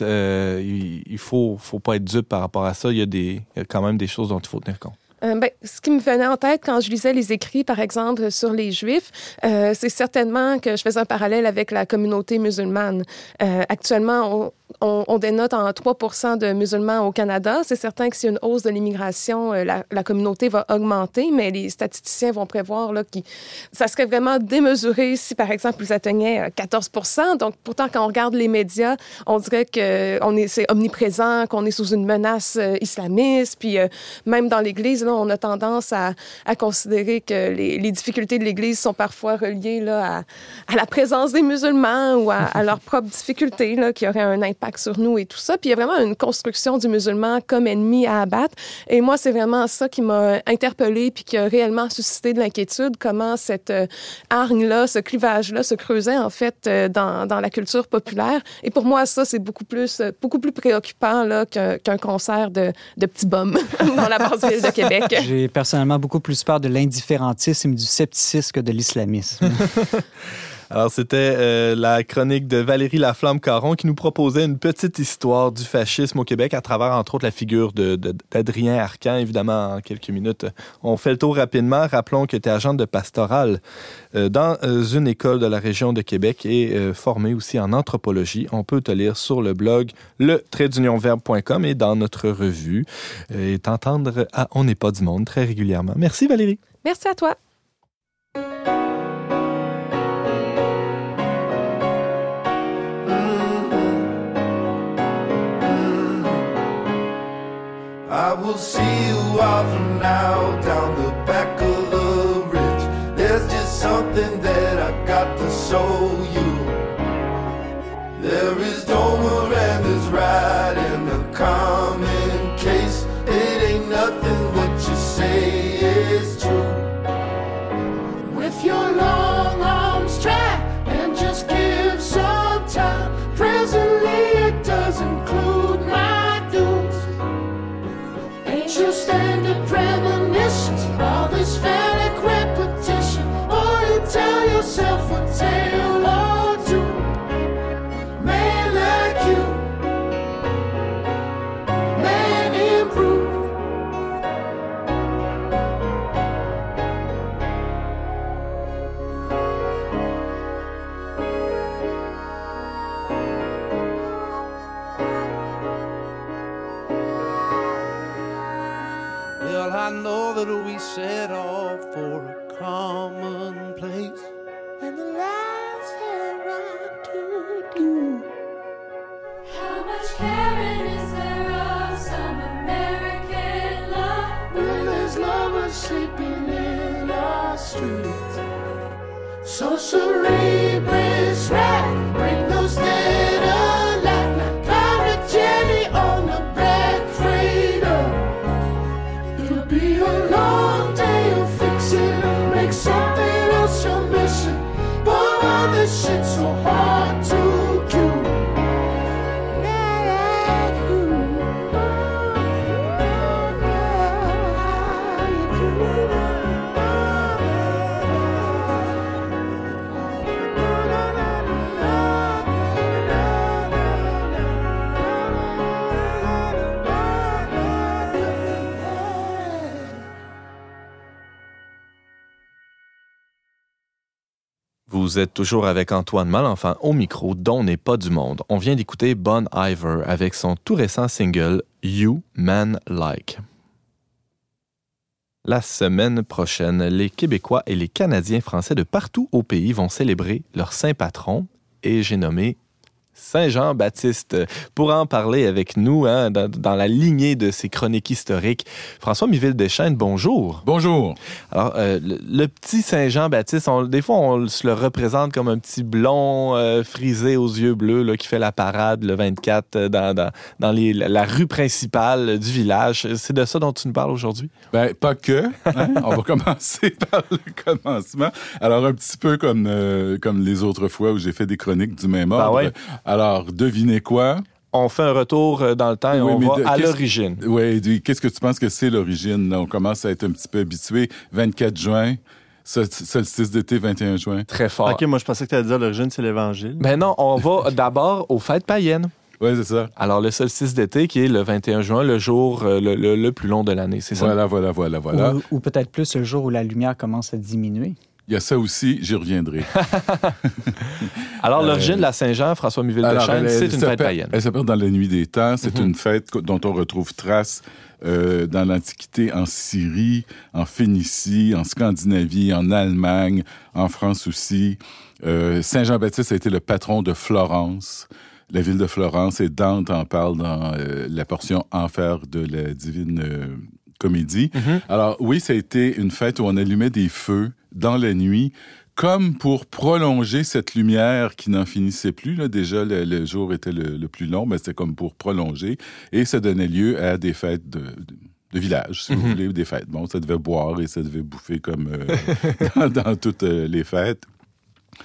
Il faut pas être dupe par rapport à ça. Il y a quand même des choses dont il faut tenir compte. Ce qui me venait en tête quand je lisais les écrits, par exemple, sur les Juifs, c'est certainement que je faisais un parallèle avec la communauté musulmane. Actuellement, on dénote en 3% de musulmans au Canada. C'est certain que s'il y a une hausse de l'immigration, la communauté va augmenter, mais les statisticiens vont prévoir là, que ça serait vraiment démesuré si, par exemple, ils atteignaient 14%. Donc, pourtant, quand on regarde les médias, on dirait que c'est omniprésent, qu'on est sous une menace islamiste. Puis même dans l'Église, là, on a tendance à considérer que les difficultés de l'Église sont parfois reliées là, à la présence des musulmans ou à leurs propres difficultés là, qui auraient un impact sur nous et tout ça. Puis il y a vraiment une construction du musulman comme ennemi à abattre. Et moi, c'est vraiment ça qui m'a interpellée puis qui a réellement suscité de l'inquiétude, comment cette hargne-là, ce clivage-là se creusait en fait dans la culture populaire. Et pour moi, ça, c'est beaucoup plus préoccupant là, qu'un concert de petits bums dans la basse ville de Québec. Québec. J'ai personnellement beaucoup plus peur de l'indifférentisme et du scepticisme que de l'islamisme. Alors, c'était la chronique de Valérie Laflamme-Caron qui nous proposait une petite histoire du fascisme au Québec à travers, entre autres, la figure d'Adrien Arcan. Évidemment, en quelques minutes, on fait le tour rapidement. Rappelons que tu es agente de pastorale dans une école de la région de Québec et formée aussi en anthropologie. On peut te lire sur le blog le-verbe.com et dans notre revue et t'entendre à On n'est pas du monde très régulièrement. Merci Valérie. Merci à toi. I will see you off now down the back of the ridge. There's just something that I got to show you. There is Domer and there's right in the common case. It ain't nothing what you say is true. With your long arms try and just give some time. Presently it does include my dues. Ain't you standard premonitions, all this phallic repetition, or you tell yourself a tale or two. Man like you, man improve. Well, I know that we set off for a common place, and the last have right to do. How much caring is there of some American love? When there's lovers sleeping in our streets, so cerebrus right, bring those dead alive like Pirate Jenny on the Black Freighter. It'll be a long day of fixing, make something else your mission, but all this shit's so hard to cue. Vous êtes toujours avec Antoine Malenfant au micro d'On n'est pas du monde. On vient d'écouter Bon Iver avec son tout récent single « You Man Like ». La semaine prochaine, les Québécois et les Canadiens français de partout au pays vont célébrer leur saint patron et j'ai nommé Saint-Jean-Baptiste. Pour en parler avec nous, dans la lignée de ces chroniques historiques, François Miville-Deschênes, bonjour. Bonjour. Alors, le petit Saint-Jean-Baptiste, des fois, on se le représente comme un petit blond frisé aux yeux bleus là, qui fait la parade le 24 dans la rue principale du village. C'est de ça dont tu nous parles aujourd'hui? Ben, pas que. Hein? On va commencer par le commencement. Alors, un petit peu comme les autres fois où j'ai fait des chroniques du même ordre. Ben ouais. Alors, devinez quoi? On fait un retour dans le temps et on va à l'origine. Oui, qu'est-ce que tu penses que c'est l'origine? Là, on commence à être un petit peu habitué. 24 juin, solstice d'été, 21 juin. Très fort. OK, moi, je pensais que tu allais dire l'origine, c'est l'Évangile. Mais non, on va d'abord aux fêtes païennes. Oui, c'est ça. Alors, le solstice d'été, qui est le 21 juin, le jour le plus long de l'année, c'est ça? Voilà. Ou peut-être plus le jour où la lumière commence à diminuer. Il y a ça aussi, j'y reviendrai. Alors, l'origine de la Saint-Jean, François Miville-Deschênes, c'est une fête païenne. Elle s'appelle dans la nuit des temps. C'est une fête dont on retrouve trace dans l'Antiquité en Syrie, en Phénicie, en Scandinavie, en Allemagne, en France aussi. Saint Jean-Baptiste a été le patron de Florence, la ville de Florence, et Dante en parle dans la portion Enfer de la Divine Comédie. Alors oui, ça a été une fête où on allumait des feux dans la nuit, comme pour prolonger cette lumière qui n'en finissait plus. Là. Déjà, le jour était le plus long, mais c'était comme pour prolonger. Et ça donnait lieu à des fêtes de village, si vous voulez, des fêtes. Bon, ça devait boire et ça devait bouffer comme dans toutes les fêtes.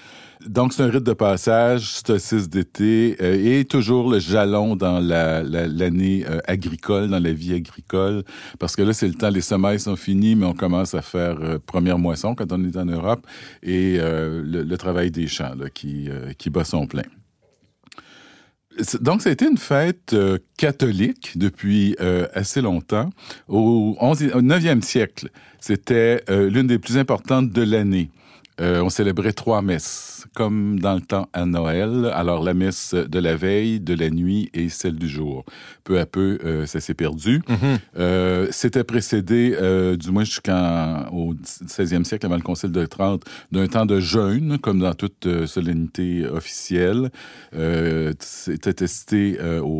Donc, c'est un rite de passage, solstice d'été, et toujours le jalon dans l'année agricole, dans la vie agricole, parce que là, c'est le temps, les semailles sont finies, mais on commence à faire première moisson quand on est en Europe, et le travail des champs là, qui bat son plein. Donc, ça a été une fête catholique depuis assez longtemps. Au 9e siècle, c'était l'une des plus importantes de l'année. On célébrait 3 messes, comme dans le temps à Noël. Alors, la messe de la veille, de la nuit et celle du jour. Peu à peu, ça s'est perdu. C'était précédé, du moins jusqu'au 16e siècle, avant le Concile de Trente, d'un temps de jeûne, comme dans toute solennité officielle. C'était testé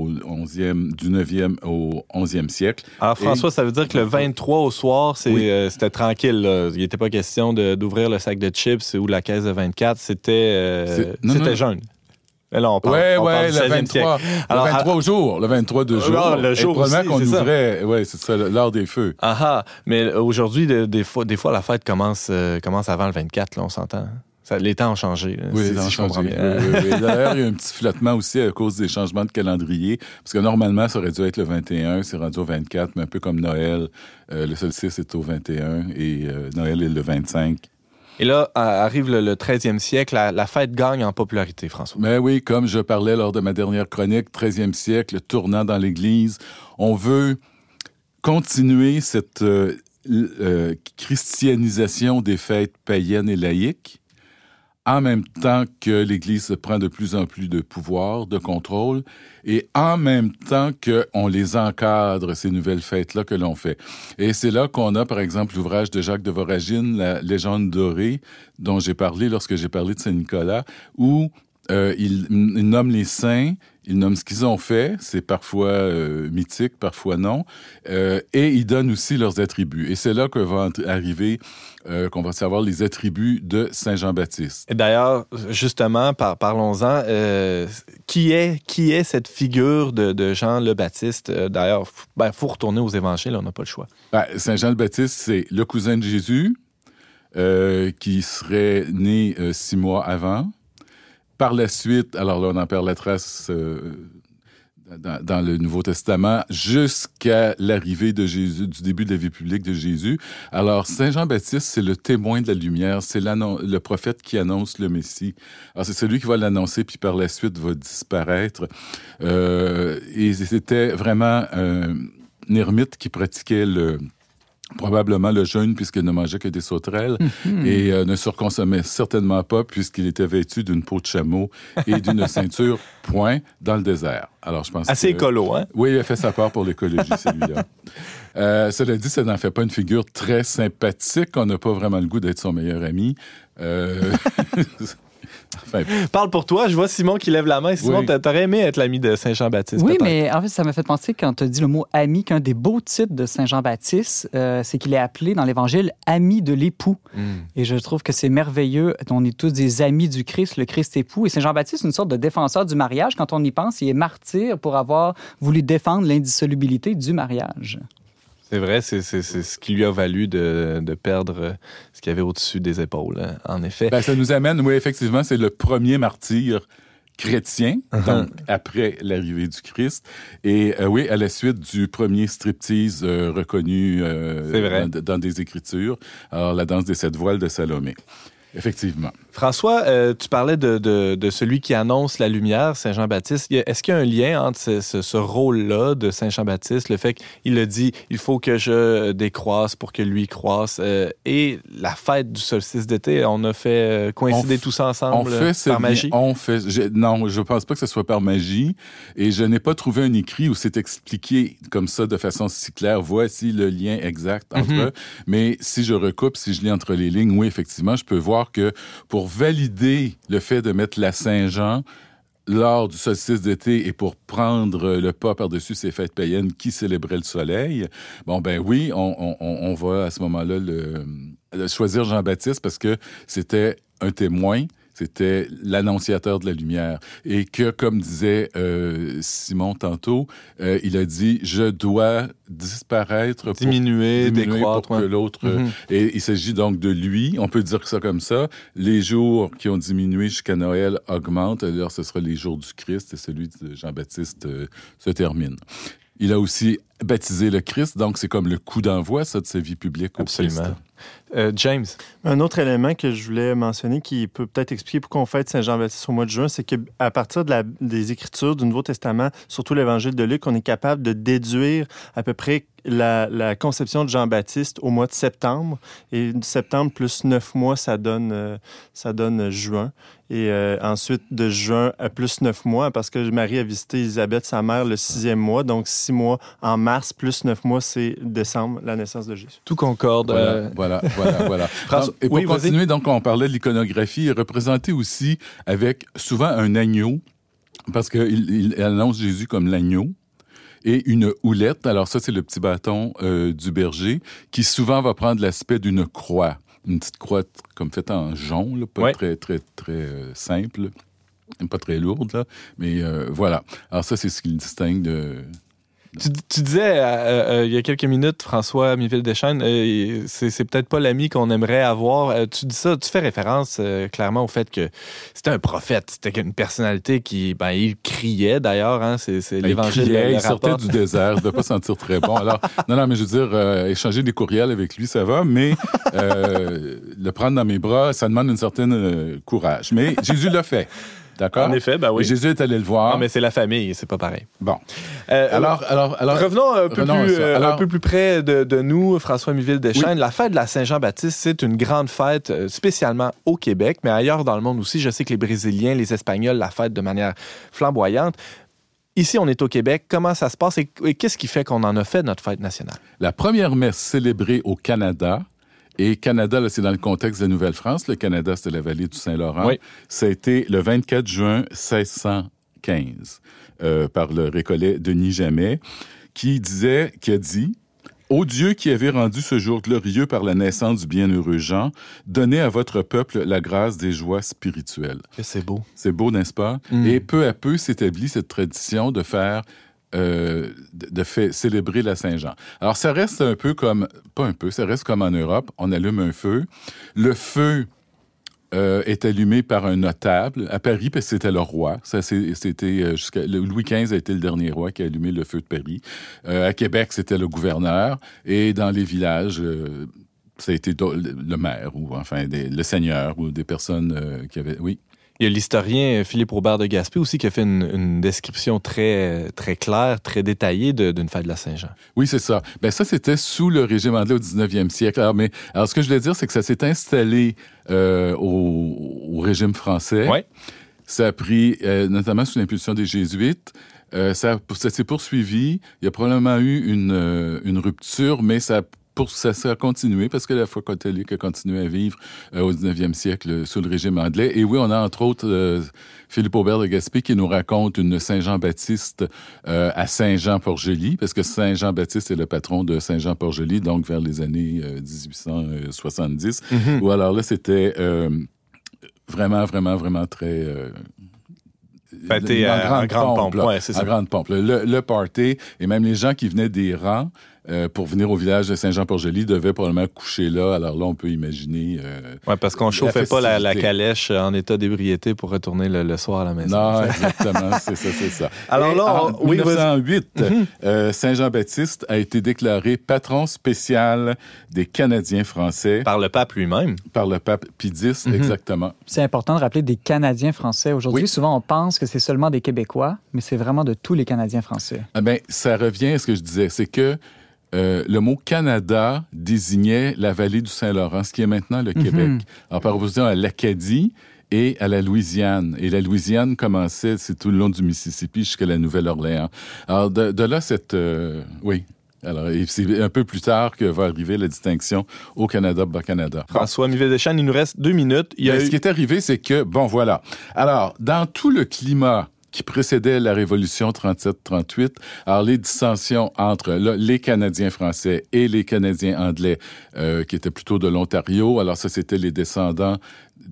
du 9e au 11e siècle. Alors, François, ça veut dire que le 23 au soir, c'était tranquille, là. Il n'était pas question d'ouvrir le sac de chips ou la caisse de 24, c'était jeune. Mais là, on parle le du 16e 23. siècle. Alors, le 23 au jour, le 23 de jour. Alors, le jour probablement aussi, qu'on c'est ouvrait, c'est ça, l'heure des feux. Mais aujourd'hui, des fois, la fête commence avant le 24, là, on s'entend. Les temps ont changé. Oui, les temps ont changé. Oui. D'ailleurs, il y a un petit flottement aussi à cause des changements de calendrier, parce que normalement, ça aurait dû être le 21, c'est rendu au 24, mais un peu comme Noël, le solstice est au 21 et Noël est le 25. Et là, arrive le 13e siècle, la fête gagne en popularité, François. Mais oui, comme je parlais lors de ma dernière chronique, 13e siècle, tournant dans l'Église, on veut continuer cette christianisation des fêtes païennes et laïques, en même temps que l'Église prend de plus en plus de pouvoir, de contrôle, et en même temps qu'on les encadre, ces nouvelles fêtes-là que l'on fait. Et c'est là qu'on a, par exemple, l'ouvrage de Jacques de Voragine, La légende dorée, dont j'ai parlé lorsque j'ai parlé de Saint-Nicolas, où il nomme les saints, il nomme ce qu'ils ont fait, c'est parfois mythique, parfois non, et il donne aussi leurs attributs. Et c'est là que va arriver, qu'on va savoir les attributs de Saint Jean-Baptiste. Et d'ailleurs, justement, parlons-en, qui est cette figure de Jean le Baptiste? D'ailleurs, faut retourner aux évangiles, on n'a pas le choix. Saint Jean le Baptiste, c'est le cousin de Jésus, qui serait né 6 mois avant. Par la suite, alors là, on en perd la trace dans le Nouveau Testament, jusqu'à l'arrivée de Jésus, du début de la vie publique de Jésus. Alors, Saint Jean-Baptiste, c'est le témoin de la lumière, c'est le prophète qui annonce le Messie. Alors, c'est celui qui va l'annoncer, puis par la suite va disparaître. Et c'était vraiment un ermite qui pratiquait probablement le jeûne, puisqu'il ne mangeait que des sauterelles, et ne surconsommait certainement pas, puisqu'il était vêtu d'une peau de chameau et d'une ceinture point dans le désert. Alors, je pense assez écolo, hein? Oui, il a fait sa part pour l'écologie, celui-là. Cela dit, ça n'en fait pas une figure très sympathique. On n'a pas vraiment le goût d'être son meilleur ami. Enfin, parle pour toi, je vois Simon qui lève la main. Simon, t'aurais aimé être l'ami de Saint Jean-Baptiste. Oui, peut-être. Mais en fait, ça m'a fait penser, quand tu as dit le mot ami, qu'un des beaux titres de Saint Jean-Baptiste, c'est qu'il est appelé dans l'Évangile ami de l'époux. Et je trouve que c'est merveilleux. On est tous des amis du Christ, le Christ époux. Et Saint Jean-Baptiste, c'est une sorte de défenseur du mariage. Quand on y pense, il est martyr pour avoir voulu défendre l'indissolubilité du mariage. C'est vrai, c'est ce qui lui a valu de perdre ce qu'il y avait au-dessus des épaules, hein, en effet. Ça nous amène, oui, effectivement, c'est le premier martyr chrétien, donc après l'arrivée du Christ. Et oui, à la suite du premier striptease reconnu dans des écritures, alors la danse des 7 voiles de Salomé. Effectivement. François, tu parlais de celui qui annonce la lumière, Saint Jean-Baptiste. Est-ce qu'il y a un lien entre ce rôle-là de Saint Jean-Baptiste, le fait qu'il le dit, il faut que je décroisse pour que lui croisse, et la fête du solstice d'été, on a fait coïncider tout ça ensemble par magie? Non, je ne pense pas que ce soit par magie, et je n'ai pas trouvé un écrit où c'est expliqué comme ça de façon si claire. Voici le lien exact entre eux. Mais si je recoupe, si je lis entre les lignes, oui, effectivement, je peux voir que pour valider le fait de mettre la Saint-Jean lors du solstice d'été et pour prendre le pas par-dessus ces fêtes païennes qui célébraient le soleil, on va à ce moment-là choisir Jean-Baptiste parce que c'était un témoin, C'était l'annonciateur de la lumière. Et que, comme disait Simon tantôt, il a dit « Je dois disparaître, diminuer, décroître, pour que l'autre... Et il s'agit donc de lui. On peut dire ça comme ça. Les jours qui ont diminué jusqu'à Noël augmentent. Alors, ce sera les jours du Christ et celui de Jean-Baptiste se termine. Il a aussi baptisé le Christ, donc c'est comme le coup d'envoi, ça, de sa vie publique au Absolument. Christ. James? Un autre élément que je voulais mentionner qui peut peut-être expliquer pourquoi on fête Saint-Jean-Baptiste au mois de juin, c'est qu'à partir des Écritures du Nouveau Testament, surtout l'Évangile de Luc, on est capable de déduire à peu près la conception de Jean-Baptiste au mois de septembre. Et septembre plus 9 mois, ça donne juin. Et ensuite, de juin à plus 9 mois, parce que Marie a visité Élisabeth, sa mère, le 6e mois. Donc, 6 mois en mars, plus 9 mois, c'est décembre, la naissance de Jésus. Tout concorde. Voilà. Donc, et pour continuer, donc, on parlait de l'iconographie. Il est représenté aussi avec souvent un agneau, parce qu'il annonce Jésus comme l'agneau. Et une houlette, alors ça, c'est le petit bâton du berger, qui souvent va prendre l'aspect d'une croix. Une petite croix comme faite en jonc, là, pas très, très, très simple, pas très lourde, là, mais voilà. Alors ça, c'est ce qui le distingue de... Tu disais il y a quelques minutes, François Miville-Deschênes, c'est peut-être pas l'ami qu'on aimerait avoir. Tu dis ça, tu fais référence clairement au fait que c'était un prophète, c'était une personnalité qui, il criait d'ailleurs, hein, c'est l'Évangile. Il sortait du désert, il ne devait pas sentir très bon. Alors, non, mais je veux dire, échanger des courriels avec lui, ça va, mais le prendre dans mes bras, ça demande une certaine courage. Mais Jésus l'a fait. D'accord? En effet, oui. Et Jésus est allé le voir. Non, mais c'est la famille, c'est pas pareil. Bon. Alors revenons un peu plus près de nous, François Miville-Deschênes. Oui. La fête de la Saint-Jean-Baptiste, c'est une grande fête, spécialement au Québec, mais ailleurs dans le monde aussi. Je sais que les Brésiliens, les Espagnols la fêtent de manière flamboyante. Ici, on est au Québec. Comment ça se passe et qu'est-ce qui fait qu'on en a fait notre fête nationale? La première messe célébrée au Canada, et Canada, là, c'est dans le contexte de Nouvelle-France. Le Canada, c'était la vallée du Saint-Laurent. Oui. Ça a été le 24 juin 1615 par le récollet Denis Jamet, qui a dit « Ô Dieu qui avez rendu ce jour glorieux par la naissance du bienheureux Jean, donnez à votre peuple la grâce des joies spirituelles. » C'est beau. C'est beau, n'est-ce pas? Et peu à peu s'établit cette tradition de faire... célébrer la Saint-Jean. Alors, ça reste un peu comme... Pas un peu, ça reste comme en Europe. On allume un feu. Le feu est allumé par un notable. À Paris, parce que c'était le roi. Ça, c'était Louis XV a été le dernier roi qui a allumé le feu de Paris. À Québec, c'était le gouverneur. Et dans les villages... ça a été le maire ou enfin le seigneur ou des personnes qui avaient... Oui. Il y a l'historien Philippe Aubert de Gaspé aussi qui a fait une description très, très claire, très détaillée d'une fête de la Saint-Jean. Oui, c'est ça. Ben ça, c'était sous le régime anglais au 19e siècle. Alors, ce que je voulais dire, c'est que ça s'est installé au régime français. Ouais. Ça a pris, notamment sous l'impulsion des Jésuites, ça s'est poursuivi. Il y a probablement eu une rupture, mais ça a continué parce que la foi catholique a continué à vivre au 19e siècle sous le régime anglais. Et oui, on a entre autres Philippe Aubert de Gaspé qui nous raconte une Saint-Jean-Baptiste à Saint-Jean-Port-Joli, parce que Saint-Jean-Baptiste est le patron de Saint-Jean-Port-Joli, donc vers les années 1870. Où alors là, c'était vraiment, vraiment, vraiment très... fêté en grande pompe. Ouais, c'est ça. En grande pompe. Le party, et même les gens qui venaient des rangs pour venir au village de Saint-Jean-Port-Joli devaient probablement coucher là. Alors là, on peut imaginer... oui, parce qu'on ne chauffait pas la calèche en état d'ébriété pour retourner le soir à la maison. Non, exactement, c'est ça. Alors là, en 1908, Saint-Jean-Baptiste a été déclaré patron spécial des Canadiens français. Par le pape lui-même. Par le pape Pie X, exactement. C'est important de rappeler des Canadiens français. Aujourd'hui, oui. Souvent, on pense que c'est seulement des Québécois, mais c'est vraiment de tous les Canadiens français. Ah ben, ça revient à ce que je disais, c'est que le mot Canada désignait la vallée du Saint-Laurent, ce qui est maintenant le Québec. Alors, par opposition à l'Acadie et à la Louisiane. Et la Louisiane commençait, c'est tout le long du Mississippi jusqu'à la Nouvelle-Orléans. Alors, de là, oui. Alors, c'est un peu plus tard que va arriver la distinction au Canada, Bas-Canada. François Miville-Deschênes, il nous reste 2 minutes. Ce qui est arrivé, c'est que, voilà. Alors, dans tout le climat qui précédait la Révolution 37-38, alors les dissensions entre les Canadiens français et les Canadiens anglais, qui étaient plutôt de l'Ontario, alors ça, c'était les descendants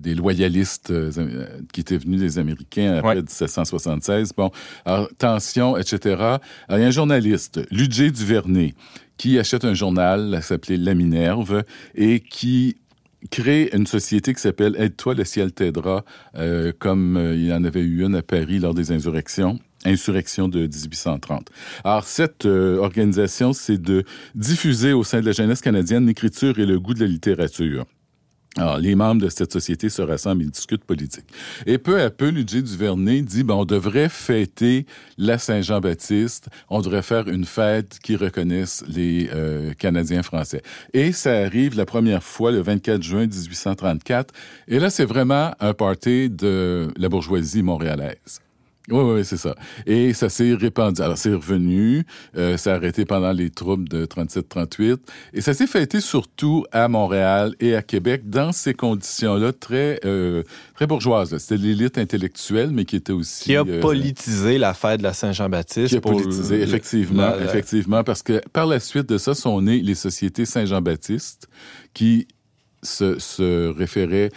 des loyalistes qui étaient venus des Américains après 1776. Bon, alors, tension, etc. Alors, il y a un journaliste, Ludger Duvernay, qui achète un journal, s'appelait La Minerve, et qui crée une société qui s'appelle Aide-toi, le ciel t'aidera, comme il y en avait eu une à Paris lors des insurrections de 1830. Alors, cette organisation, c'est de diffuser au sein de la jeunesse canadienne l'écriture et le goût de la littérature. Alors, les membres de cette société se rassemblent et discutent politique. Et peu à peu, Ludger Duvernay dit, on devrait fêter la Saint-Jean-Baptiste, on devrait faire une fête qui reconnaisse les Canadiens français. Et ça arrive la première fois le 24 juin 1834. Et là, c'est vraiment un party de la bourgeoisie montréalaise. Oui, c'est ça. Et ça s'est répandu. Alors, c'est revenu, ça a arrêté pendant les troubles de 37-38, et ça s'est fêté surtout à Montréal et à Québec dans ces conditions-là très bourgeoises. C'était l'élite intellectuelle, mais qui était aussi... Qui a politisé la fête de la Saint-Jean-Baptiste. Qui a politisé, effectivement, parce que par la suite de ça sont nées les sociétés Saint-Jean-Baptiste qui se référaient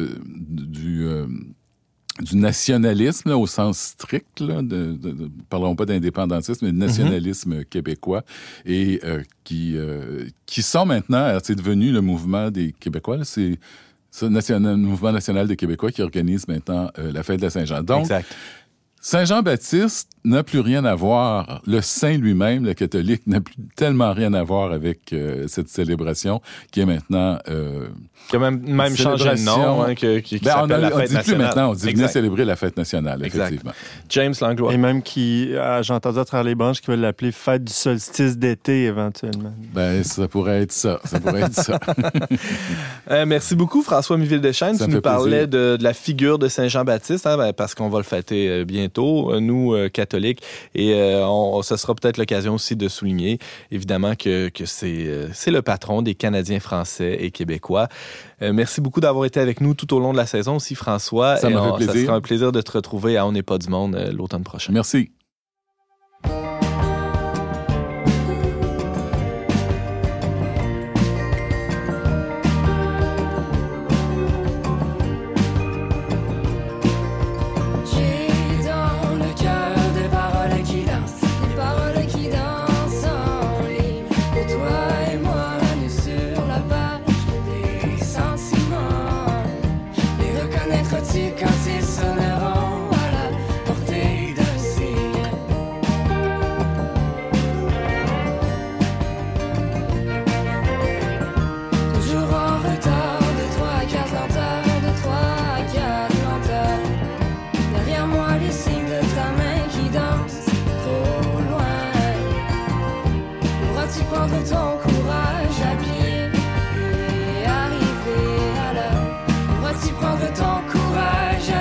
du nationalisme, là, au sens strict, là, parlons pas d'indépendantisme, mais de nationalisme québécois, et qui sont maintenant, c'est devenu le mouvement des Québécois, là, c'est le mouvement national des Québécois qui organise maintenant la fête de la Saint-Jean. Donc, exact. Saint-Jean-Baptiste n'a plus rien à voir, le saint lui-même, le catholique, n'a plus tellement rien à voir avec cette célébration qui est maintenant... qui a même changé de nom, hein, qui s'appelle la fête nationale. On dit plus maintenant, on dit venez célébrer la fête nationale, effectivement. James Langlois. Et même j'ai entendu à travers les branches qui veulent l'appeler fête du solstice d'été, éventuellement. Ça pourrait être ça, Merci beaucoup, François Miville-Deschênes. Tu nous parlais de la figure de Saint-Jean-Baptiste, hein, parce qu'on va le fêter bientôt, nous, catholiques, et ce sera peut-être l'occasion aussi de souligner, évidemment, que c'est le patron des Canadiens français et québécois. Merci beaucoup d'avoir été avec nous tout au long de la saison aussi, François. Ça m'a fait plaisir. Ça sera un plaisir de te retrouver à On n'est pas du monde l'automne prochain. Merci. Prendre ton courage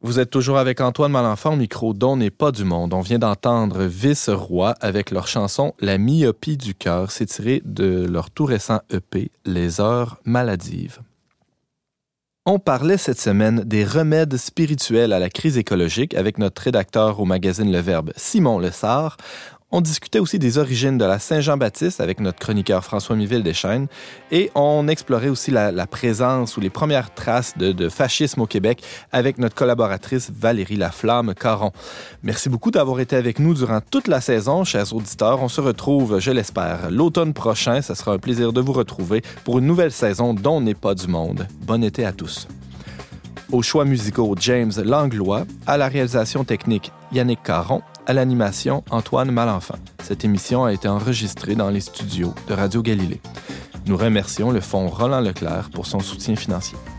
Vous êtes toujours avec Antoine Malenfant au micro d'On n'est pas du monde. On vient d'entendre Vice-Roi avec leur chanson « La myopie du cœur ». C'est tiré de leur tout récent EP « Les heures maladives ». On parlait cette semaine des remèdes spirituels à la crise écologique avec notre rédacteur au magazine Le Verbe, Simon Lessard. On discutait aussi des origines de la Saint-Jean-Baptiste avec notre chroniqueur François Miville-Deschênes et on explorait aussi la présence ou les premières traces de fascisme au Québec avec notre collaboratrice Valérie Laflamme-Caron. Merci beaucoup d'avoir été avec nous durant toute la saison, chers auditeurs. On se retrouve, je l'espère, l'automne prochain. Ça sera un plaisir de vous retrouver pour une nouvelle saison d'On n'est pas du monde. Bon été à tous. Aux choix musicaux, James Langlois. À la réalisation technique, Yannick Caron. À l'animation, Antoine Malenfant. Cette émission a été enregistrée dans les studios de Radio Galilée. Nous remercions le Fonds Roland Leclerc pour son soutien financier.